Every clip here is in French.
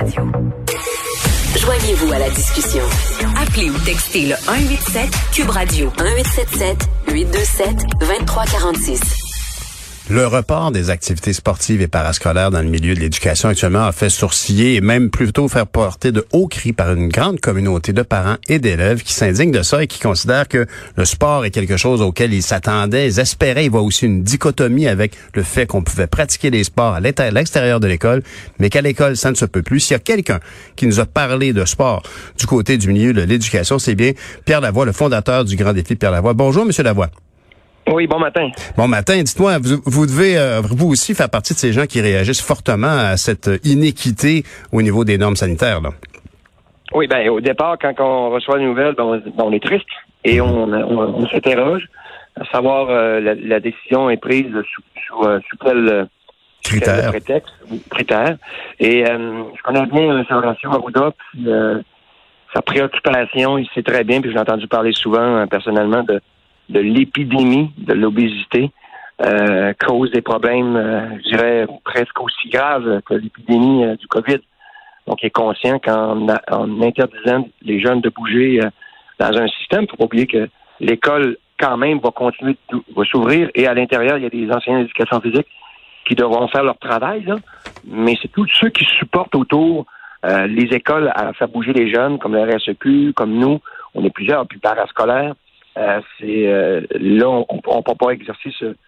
Joignez-vous à la discussion. Appelez ou textez le 187 Cube Radio 1877 827 2346. Le report des activités sportives et parascolaires dans le milieu de l'éducation actuellement a fait sourciller et même plutôt faire porter de hauts cris par une grande communauté de parents et d'élèves qui s'indignent de ça et qui considèrent que le sport est quelque chose auquel ils s'attendaient, ils espéraient. Ils voient aussi une dichotomie avec le fait qu'on pouvait pratiquer des sports à l'extérieur de l'école, mais qu'à l'école, ça ne se peut plus. S'il y a quelqu'un qui nous a parlé de sport du côté du milieu de l'éducation, c'est bien Pierre Lavoie, le fondateur du Grand Défi de Pierre Lavoie. Bonjour, Monsieur Lavoie. Oui, bon matin. Bon matin. Dites-moi, vous devez, vous aussi, faire partie de ces gens qui réagissent fortement à cette inéquité au niveau des normes sanitaires, là. Oui, ben au départ, quand on reçoit une nouvelle, on est triste et on s'interroge à savoir la décision est prise sous quel critère. Et je connais bien sa relation à Arruda, puis sa préoccupation, il sait très bien, puis j'ai entendu parler souvent personnellement de l'épidémie de l'obésité, cause des problèmes, je dirais, presque aussi graves que l'épidémie du COVID. Donc, il est conscient qu'en interdisant les jeunes de bouger dans un système, faut pas oublier que l'école, quand même, va continuer, va s'ouvrir, et à l'intérieur, il y a des enseignants d'éducation physique qui devront faire leur travail, là. Mais c'est tous ceux qui supportent autour les écoles à faire bouger les jeunes, comme le RSEQ, comme nous, on est plusieurs, puis parascolaires. Là, on ne peut pas exercer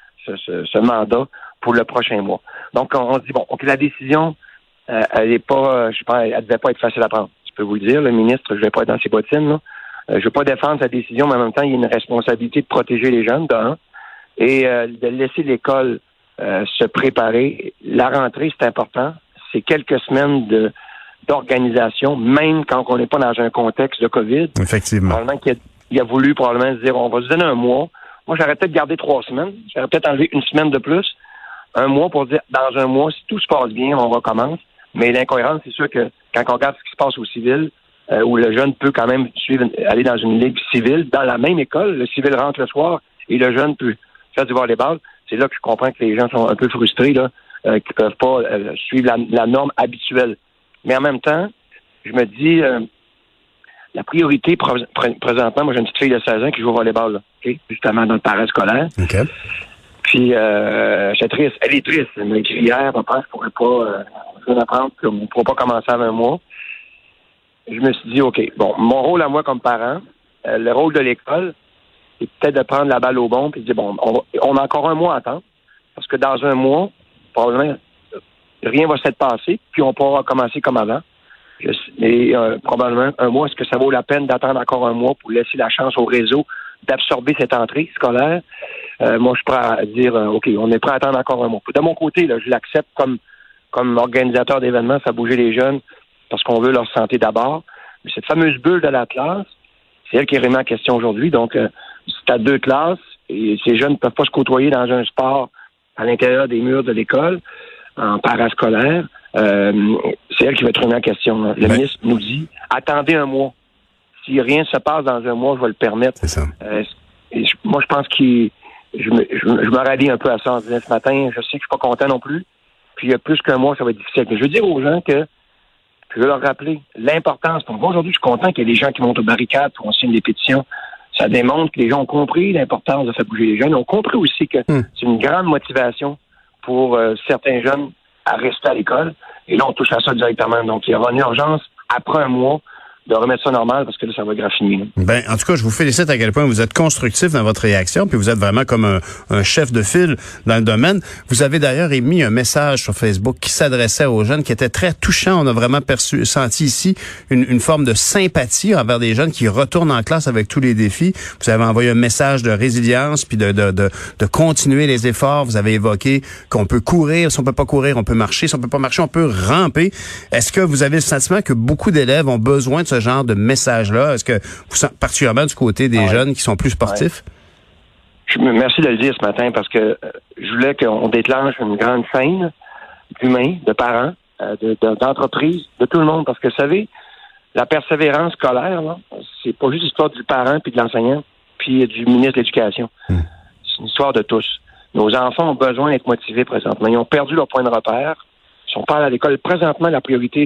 ce mandat pour le prochain mois. Donc, on se dit, la décision, elle est pas, je pense, elle devait pas être facile à prendre. Je peux vous le dire, le ministre, je vais pas être dans ses bottines, là. Je veux pas défendre sa décision, mais en même temps, il y a une responsabilité de protéger les jeunes, et de laisser l'école se préparer. La rentrée, c'est important. C'est quelques semaines d'organisation, même quand on n'est pas dans un contexte de COVID. Effectivement. Probablement il a voulu probablement se dire, on va se donner un mois. Moi, j'aurais peut-être gardé 3 semaines. J'aurais peut-être enlevé 1 semaine de plus. Un mois pour dire, dans un mois, si tout se passe bien, on recommence. Mais l'incohérence, c'est sûr que quand on regarde ce qui se passe au civil, où le jeune peut quand même aller dans une ligue civile, dans la même école, le civil rentre le soir et le jeune peut faire du volleyball. C'est là que je comprends que les gens sont un peu frustrés, là, qui peuvent pas suivre la norme habituelle. Mais en même temps, je me dis, la priorité présentement, moi j'ai une petite fille de 16 ans qui joue au volleyball, là, okay? Justement dans le parascolaire. Okay. Puis c'est triste. Elle est triste. Elle m'a écrit hier, papa, je pourrais pas apprendre qu'on ne pourra pas commencer avant un mois. Je me suis dit, OK, mon rôle à moi comme parent, le rôle de l'école, c'est peut-être de prendre la balle au bon et de dire, on a encore un mois à attendre. Parce que dans un mois, probablement, rien va s'être passé, puis on pourra commencer comme avant. Et probablement un mois, est-ce que ça vaut la peine d'attendre encore un mois pour laisser la chance au réseau d'absorber cette entrée scolaire? Moi, je suis prêt à dire, OK, on est prêt à attendre encore un mois. De mon côté, là, je l'accepte comme organisateur d'événements, faire bouger les jeunes parce qu'on veut leur santé d'abord. Mais cette fameuse bulle de la classe, c'est elle qui est vraiment en question aujourd'hui. Donc, c'est à 2 classes et ces jeunes ne peuvent pas se côtoyer dans un sport à l'intérieur des murs de l'école, en parascolaire. C'est elle qui va être remise en question. Le ministre nous dit, attendez un mois. Si rien ne se passe dans un mois, je vais le permettre. C'est ça. Moi, je pense que je me rallie un peu à ça en disant ce matin, je sais que je suis pas content non plus. Puis il y a plus qu'un mois, ça va être difficile. Mais je veux dire aux gens que, je veux leur rappeler l'importance. Donc, moi, aujourd'hui, je suis content qu'il y ait des gens qui montent aux barricades pour on signe des pétitions. Ça démontre que les gens ont compris l'importance de faire bouger les jeunes. Ils ont compris aussi que c'est une grande motivation pour certains jeunes à rester à l'école. Et là, on touche à ça directement. Donc, il y aura une urgence, après un mois, de remettre ça normal parce que là, ça va graffiner. Ben, en tout cas, je vous félicite à quel point vous êtes constructif dans votre réaction, puis vous êtes vraiment comme un chef de file dans le domaine. Vous avez d'ailleurs émis un message sur Facebook qui s'adressait aux jeunes, qui était très touchant. On a vraiment senti ici une forme de sympathie envers des jeunes qui retournent en classe avec tous les défis. Vous avez envoyé un message de résilience, puis de continuer les efforts. Vous avez évoqué qu'on peut courir. Si on peut pas courir, on peut marcher. Si on peut pas marcher, on peut ramper. Est-ce que vous avez le sentiment que beaucoup d'élèves ont besoin de ce genre de message-là? Est-ce que vous sentez particulièrement du côté des jeunes qui sont plus sportifs? Merci de le dire ce matin parce que je voulais qu'on déclenche une grande scène d'humains, de parents, d'entreprises, de tout le monde. Parce que, vous savez, la persévérance scolaire, là, c'est pas juste l'histoire du parent puis de l'enseignant puis du ministre de l'Éducation. C'est une histoire de tous. Nos enfants ont besoin d'être motivés présentement. Ils ont perdu leur point de repère. Ils sont pas à l'école. Présentement, la priorité, là,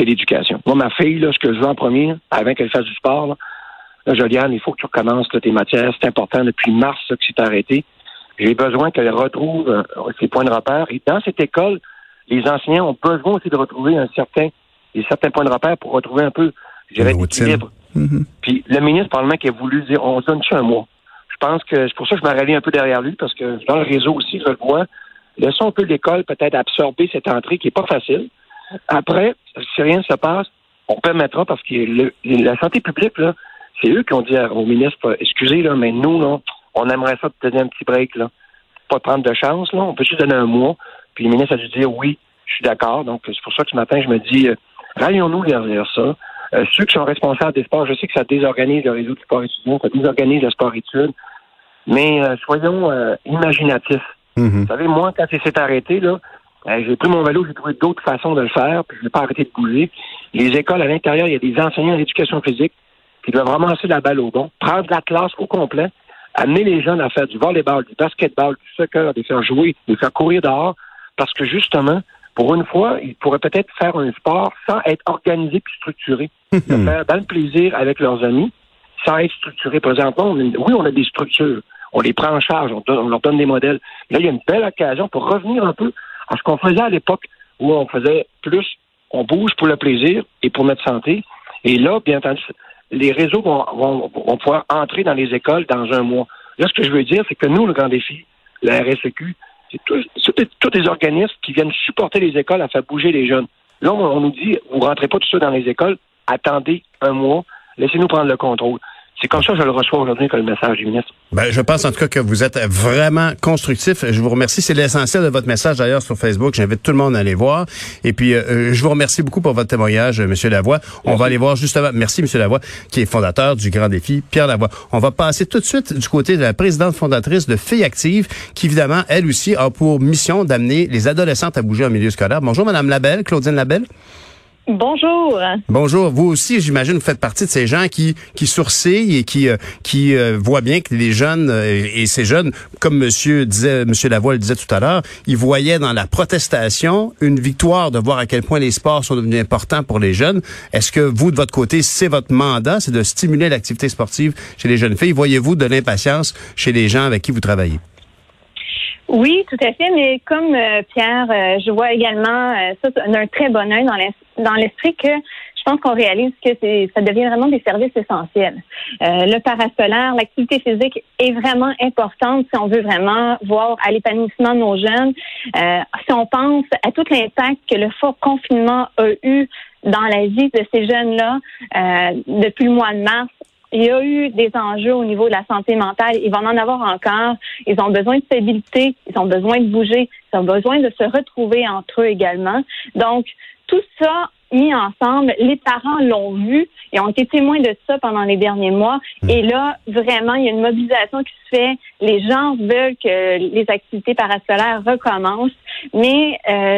c'est l'éducation. Moi, ma fille, là, ce que je veux en premier, avant qu'elle fasse du sport, là, Joliane, il faut que tu recommences là, tes matières. C'est important. Depuis mars, ça, que c'est arrêté. J'ai besoin qu'elle retrouve ses points de repère. Et dans cette école, les enseignants ont besoin aussi de retrouver certains points de repère pour retrouver un peu, je dirais, l'équilibre. Mm-hmm. Puis le ministre, probablement, qui a voulu dire, on se donne-tu un mois? Je pense que c'est pour ça que je me rallie un peu derrière lui, parce que dans le réseau aussi, je le vois, laissons un peu l'école peut-être absorber cette entrée qui est pas facile. Après, si rien ne se passe, on permettra, parce que la santé publique, là, c'est eux qui ont dit au ministre, excusez, là, mais nous, là, on aimerait ça te donner un petit break, là. Pas prendre de chance, là. On peut juste donner un mois. Puis le ministre a dû dire oui, je suis d'accord. Donc, c'est pour ça que ce matin, je me dis, rallions-nous derrière ça. Ceux qui sont responsables des sports, je sais que ça désorganise le réseau du sport étudiant, ça désorganise le sport études, mais soyons imaginatifs. Mm-hmm. Vous savez, moi, quand c'est arrêté, là, j'ai pris mon vélo, j'ai trouvé d'autres façons de le faire, puis je n'ai pas arrêté de bouger. Les écoles à l'intérieur, il y a des enseignants d'éducation physique qui doivent ramasser la balle au bon, prendre la classe au complet, amener les jeunes à faire du volleyball, du basketball, du soccer, les faire jouer, les faire courir dehors, parce que justement, pour une fois, ils pourraient peut-être faire un sport sans être organisé puis structuré. Le faire dans le plaisir avec leurs amis, sans être structuré. Présentement, on a des structures. On les prend en charge, on leur donne des modèles. Là, il y a une belle occasion pour revenir un peu à ce qu'on faisait à l'époque, où on faisait plus, on bouge pour le plaisir et pour notre santé. Et là, bien entendu, les réseaux vont pouvoir entrer dans les écoles dans un mois. Là, ce que je veux dire, c'est que nous, le grand défi, la RSEQ, c'est tous les organismes qui viennent supporter les écoles à faire bouger les jeunes. Là, on nous dit, vous ne rentrez pas tout ça dans les écoles, attendez un mois, laissez-nous prendre le contrôle. C'est comme ça que je le reçois aujourd'hui comme le message du ministre. Ben, je pense en tout cas que vous êtes vraiment constructif. Je vous remercie. C'est l'essentiel de votre message d'ailleurs sur Facebook. J'invite tout le monde à aller voir. Et puis, je vous remercie beaucoup pour votre témoignage, M. Lavoie. On va aller voir justement, merci M. Lavoie, qui est fondateur du Grand Défi, Pierre Lavoie. On va passer tout de suite du côté de la présidente fondatrice de Filles Actives, qui évidemment, elle aussi, a pour mission d'amener les adolescentes à bouger en milieu scolaire. Bonjour, Mme Labelle, Claudine Labelle. Bonjour. Bonjour. Vous aussi, j'imagine, vous faites partie de ces gens qui sourcillent et qui voient bien que les jeunes et ces jeunes, comme Monsieur Lavoie le disait tout à l'heure, ils voyaient dans la protestation une victoire de voir à quel point les sports sont devenus importants pour les jeunes. Est-ce que vous, de votre côté, c'est votre mandat, c'est de stimuler l'activité sportive chez les jeunes filles? Voyez-vous de l'impatience chez les gens avec qui vous travaillez? Oui, tout à fait, mais comme Pierre, je vois également ça d'un très bon œil dans l'esprit que je pense qu'on réalise que ça devient vraiment des services essentiels. Le parascolaire, l'activité physique est vraiment importante si on veut vraiment voir à l'épanouissement de nos jeunes. Si on pense à tout l'impact que le fort confinement a eu dans la vie de ces jeunes-là depuis le mois de mars, il y a eu des enjeux au niveau de la santé mentale. Ils vont en avoir encore. Ils ont besoin de stabilité. Ils ont besoin de bouger. Ils ont besoin de se retrouver entre eux également. Donc, tout ça mis ensemble, les parents l'ont vu et ont été témoins de ça pendant les derniers mois. Et là, vraiment, il y a une mobilisation qui se fait. Les gens veulent que les activités parascolaires recommencent. Mais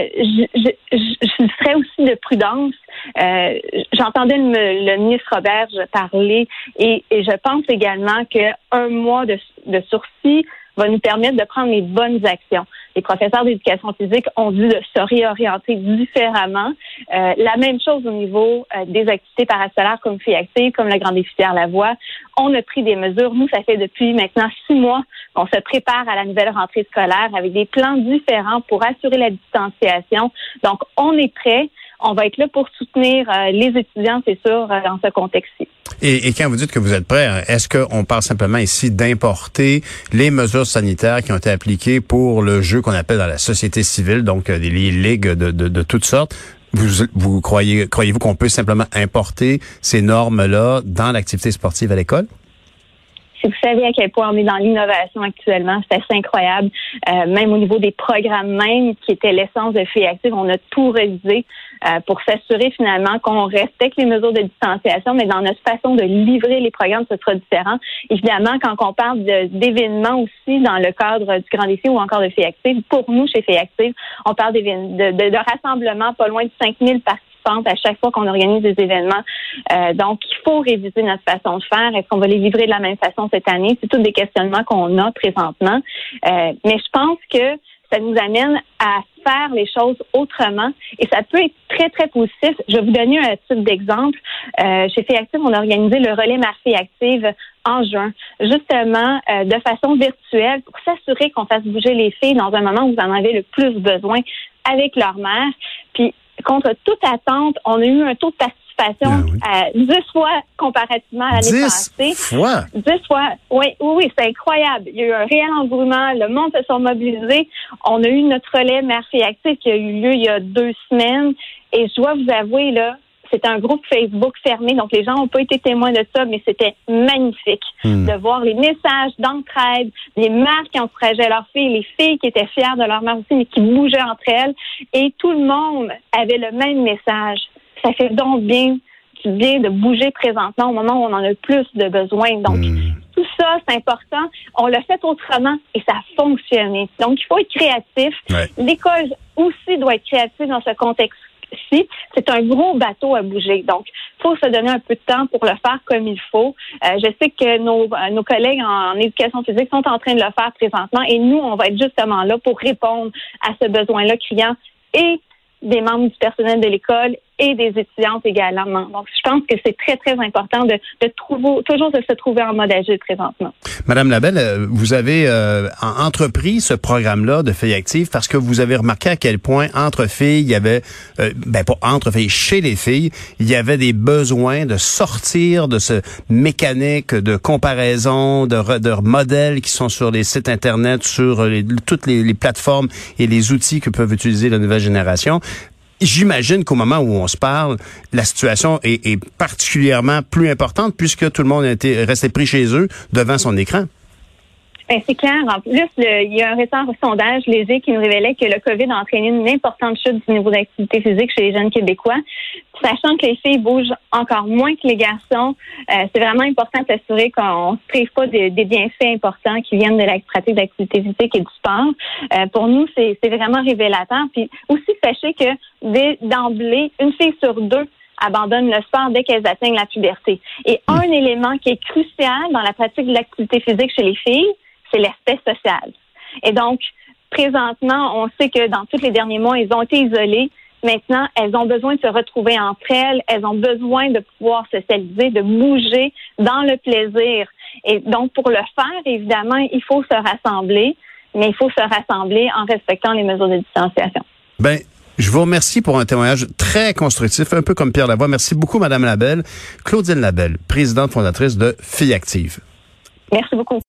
je serais aussi de prudence. J'entendais le ministre Roberge parler et je pense également qu'un mois de sursis va nous permettre de prendre les bonnes actions. Les professeurs d'éducation physique ont dû se réorienter différemment. La même chose au niveau des activités parascolaires comme Filles Actives, comme le Grand Défi Pierre Lavoie. On a pris des mesures. Nous, ça fait depuis maintenant 6 mois qu'on se prépare à la nouvelle rentrée scolaire avec des plans différents pour assurer la distanciation. Donc, on est prêt. On va être là pour soutenir les étudiants, c'est sûr, dans ce contexte-ci. Et quand vous dites que vous êtes prêts, est-ce qu'on parle simplement ici d'importer les mesures sanitaires qui ont été appliquées pour le jeu qu'on appelle dans la société civile, donc les ligues de toutes sortes? Vous croyez-vous qu'on peut simplement importer ces normes-là dans l'activité sportive à l'école? Si vous savez à quel point on est dans l'innovation actuellement, c'est assez incroyable. Même au niveau des programmes même, qui étaient l'essence de Filles Actives, on a tout révisé pour s'assurer finalement qu'on respecte les mesures de distanciation, mais dans notre façon de livrer les programmes, ce sera différent. Évidemment, quand on parle d'événements aussi dans le cadre du Grand Défi ou encore de Filles Actives, pour nous, chez Filles Actives, on parle de rassemblements pas loin de 5000 participants à chaque fois qu'on organise des événements. Donc, il faut réviser notre façon de faire. Est-ce qu'on va les livrer de la même façon cette année? C'est tous des questionnements qu'on a présentement. Mais je pense que ça nous amène à faire les choses autrement et ça peut être très, très positif. Je vais vous donner un type d'exemple. Chez Filles Actives, on a organisé le relais Mère Filles Actives en juin, justement de façon virtuelle pour s'assurer qu'on fasse bouger les filles dans un moment où vous en avez le plus besoin avec leur mère. Puis, contre toute attente, on a eu un taux de participation à 10 fois comparativement à l'année passée. 10 fois? 10 fois. Oui, c'est incroyable. Il y a eu un réel engouement. Le monde se sont mobilisés. On a eu notre relais Mère Filles Actives qui a eu lieu il y a 2 semaines. Et je dois vous avouer, là, c'était un groupe Facebook fermé, donc les gens n'ont pas été témoins de ça, mais c'était magnifique de voir les messages d'entraide, les mères qui encourageaient leurs filles, les filles qui étaient fières de leur mère aussi, mais qui bougeaient entre elles. Et tout le monde avait le même message. Ça fait donc bien de bouger présentement au moment où on en a le plus de besoin. Donc, tout ça, c'est important. On l'a fait autrement et ça a fonctionné. Donc, il faut être créatif. Ouais. L'école aussi doit être créative dans ce contexte. C'est un gros bateau à bouger. Donc, il faut se donner un peu de temps pour le faire comme il faut. Je sais que nos collègues en éducation physique sont en train de le faire présentement et nous, on va être justement là pour répondre à ce besoin-là criant et des membres du personnel de l'école et des étudiantes également. Donc, je pense que c'est très, très important de toujours se trouver en mode agile présentement. Madame Labelle, vous avez entrepris ce programme-là de Filles Actives parce que vous avez remarqué à quel point entre filles, il y avait, pas entre filles, chez les filles, il y avait des besoins de sortir de ce mécanique de comparaison, de modèles qui sont sur les sites Internet, sur toutes les plateformes et les outils que peuvent utiliser la nouvelle génération. J'imagine qu'au moment où on se parle, la situation est particulièrement plus importante puisque tout le monde était resté pris chez eux devant son écran. C'est clair. En plus, il y a un récent sondage léger qui nous révélait que le COVID a entraîné une importante chute du niveau d'activité physique chez les jeunes Québécois. Sachant que les filles bougent encore moins que les garçons, c'est vraiment important de s'assurer qu'on ne se prive pas des bienfaits importants qui viennent de la pratique d'activité physique et du sport. Pour nous, c'est vraiment révélateur. Puis aussi, sachez que d'emblée, une fille sur 2 abandonnent le sport dès qu'elles atteignent la puberté. Et un élément qui est crucial dans la pratique de l'activité physique chez les filles, c'est l'aspect social. Et donc, présentement, on sait que dans tous les derniers mois, elles ont été isolées. Maintenant, elles ont besoin de se retrouver entre elles. Elles ont besoin de pouvoir socialiser, de bouger dans le plaisir. Et donc, pour le faire, évidemment, il faut se rassembler, mais il faut se rassembler en respectant les mesures de distanciation. Je vous remercie pour un témoignage très constructif, un peu comme Pierre Lavoie. Merci beaucoup, Madame Labelle. Claudine Labelle, présidente fondatrice de Filles Actives. Merci beaucoup.